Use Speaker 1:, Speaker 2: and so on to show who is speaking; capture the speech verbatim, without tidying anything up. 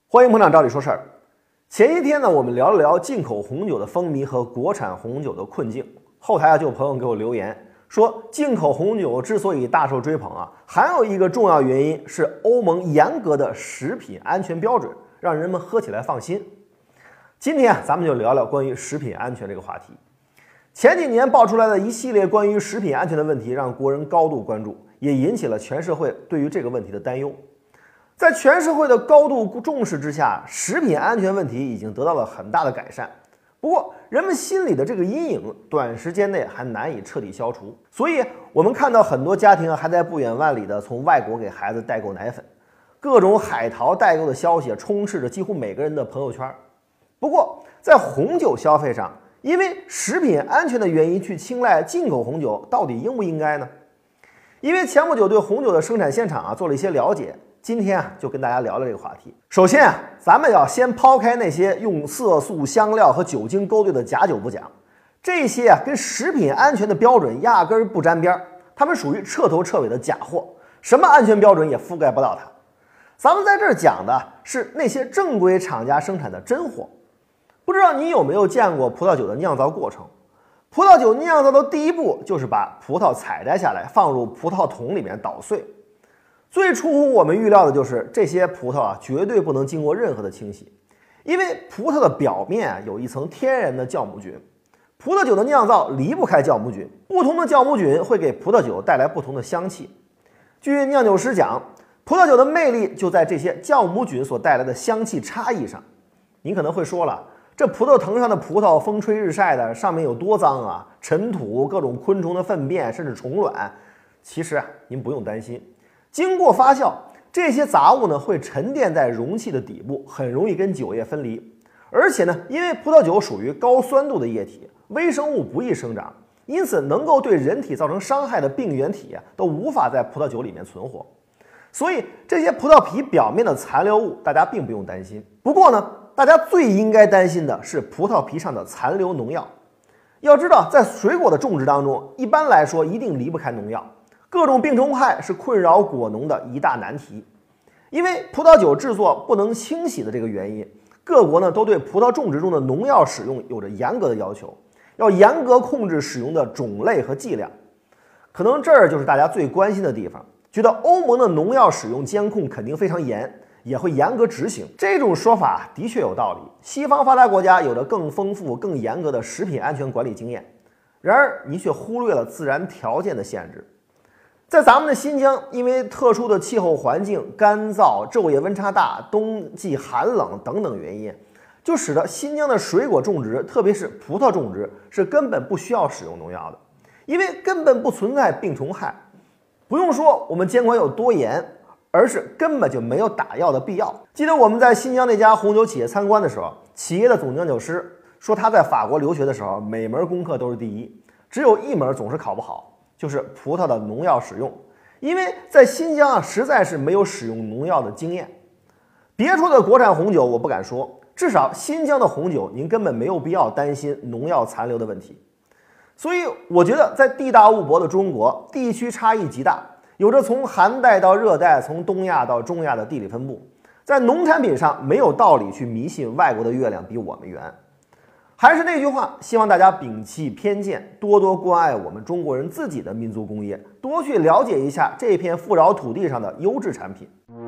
Speaker 1: 欢迎捧场，照理说事儿。前一天呢，我们聊了聊进口红酒的风靡和国产红酒的困境。后台啊，就有朋友给我留言说，进口红酒之所以大受追捧啊，还有一个重要原因是欧盟严格的食品安全标准，让人们喝起来放心。今天啊，咱们就聊聊关于食品安全这个话题。前几年爆出来的一系列关于食品安全的问题，让国人高度关注，也引起了全社会对于这个问题的担忧。在全社会的高度重视之下，食品安全问题已经得到了很大的改善。不过，人们心里的这个阴影，短时间内还难以彻底消除。所以，我们看到很多家庭还在不远万里的从外国给孩子代购奶粉，各种海淘代购的消息充斥着几乎每个人的朋友圈。不过，在红酒消费上，因为食品安全的原因去青睐进口红酒，到底应不应该呢？因为前不久对红酒的生产现场啊做了一些了解。今天啊，就跟大家聊聊这个话题。首先啊，咱们要先抛开那些用色素、香料和酒精勾兑的假酒不讲，这些啊跟食品安全的标准压根儿不沾边儿，它们属于彻头彻尾的假货，什么安全标准也覆盖不到它。咱们在这儿讲的是那些正规厂家生产的真货。不知道你有没有见过葡萄酒的酿造过程？葡萄酒酿造的第一步就是把葡萄采摘下来，放入葡萄桶里面捣碎。最出乎我们预料的就是这些葡萄啊，绝对不能经过任何的清洗，因为葡萄的表面啊有一层天然的酵母菌。葡萄酒的酿造离不开酵母菌，不同的酵母菌会给葡萄酒带来不同的香气。据酿酒师讲，葡萄酒的魅力就在这些酵母菌所带来的香气差异上。您可能会说了，这葡萄藤上的葡萄风吹日晒的，上面有多脏啊，尘土、各种昆虫的粪便，甚至虫卵。其实啊，您不用担心。经过发酵，这些杂物呢会沉淀在容器的底部，很容易跟酒液分离。而且呢，因为葡萄酒属于高酸度的液体，微生物不易生长，因此能够对人体造成伤害的病原体啊都无法在葡萄酒里面存活。所以这些葡萄皮表面的残留物，大家并不用担心。不过呢，大家最应该担心的是葡萄皮上的残留农药。要知道，在水果的种植当中，一般来说一定离不开农药。各种病虫害是困扰果农的一大难题。因为葡萄酒制作不能清洗的这个原因，各国呢都对葡萄种植中的农药使用有着严格的要求，要严格控制使用的种类和剂量。可能这儿就是大家最关心的地方，觉得欧盟的农药使用监控肯定非常严，也会严格执行。这种说法的确有道理，西方发达国家有着更丰富、更严格的食品安全管理经验。然而，你却忽略了自然条件的限制。在咱们的新疆，因为特殊的气候环境，干燥、昼夜温差大、冬季寒冷等等原因，就使得新疆的水果种植，特别是葡萄种植，是根本不需要使用农药的，因为根本不存在病虫害。不用说我们监管有多严，而是根本就没有打药的必要。记得我们在新疆那家红酒企业参观的时候，企业的总酿酒师说，他在法国留学的时候，每门功课都是第一，只有一门总是考不好，就是葡萄的农药使用。因为在新疆啊，实在是没有使用农药的经验。别说的国产红酒我不敢说，至少新疆的红酒您根本没有必要担心农药残留的问题。所以我觉得在地大物博的中国，地区差异极大，有着从寒带到热带，从东亚到中亚的地理分布，在农产品上没有道理去迷信外国的月亮比我们圆。还是那句话，希望大家摒弃偏见，多多关爱我们中国人自己的民族工业，多去了解一下这片富饶土地上的优质产品。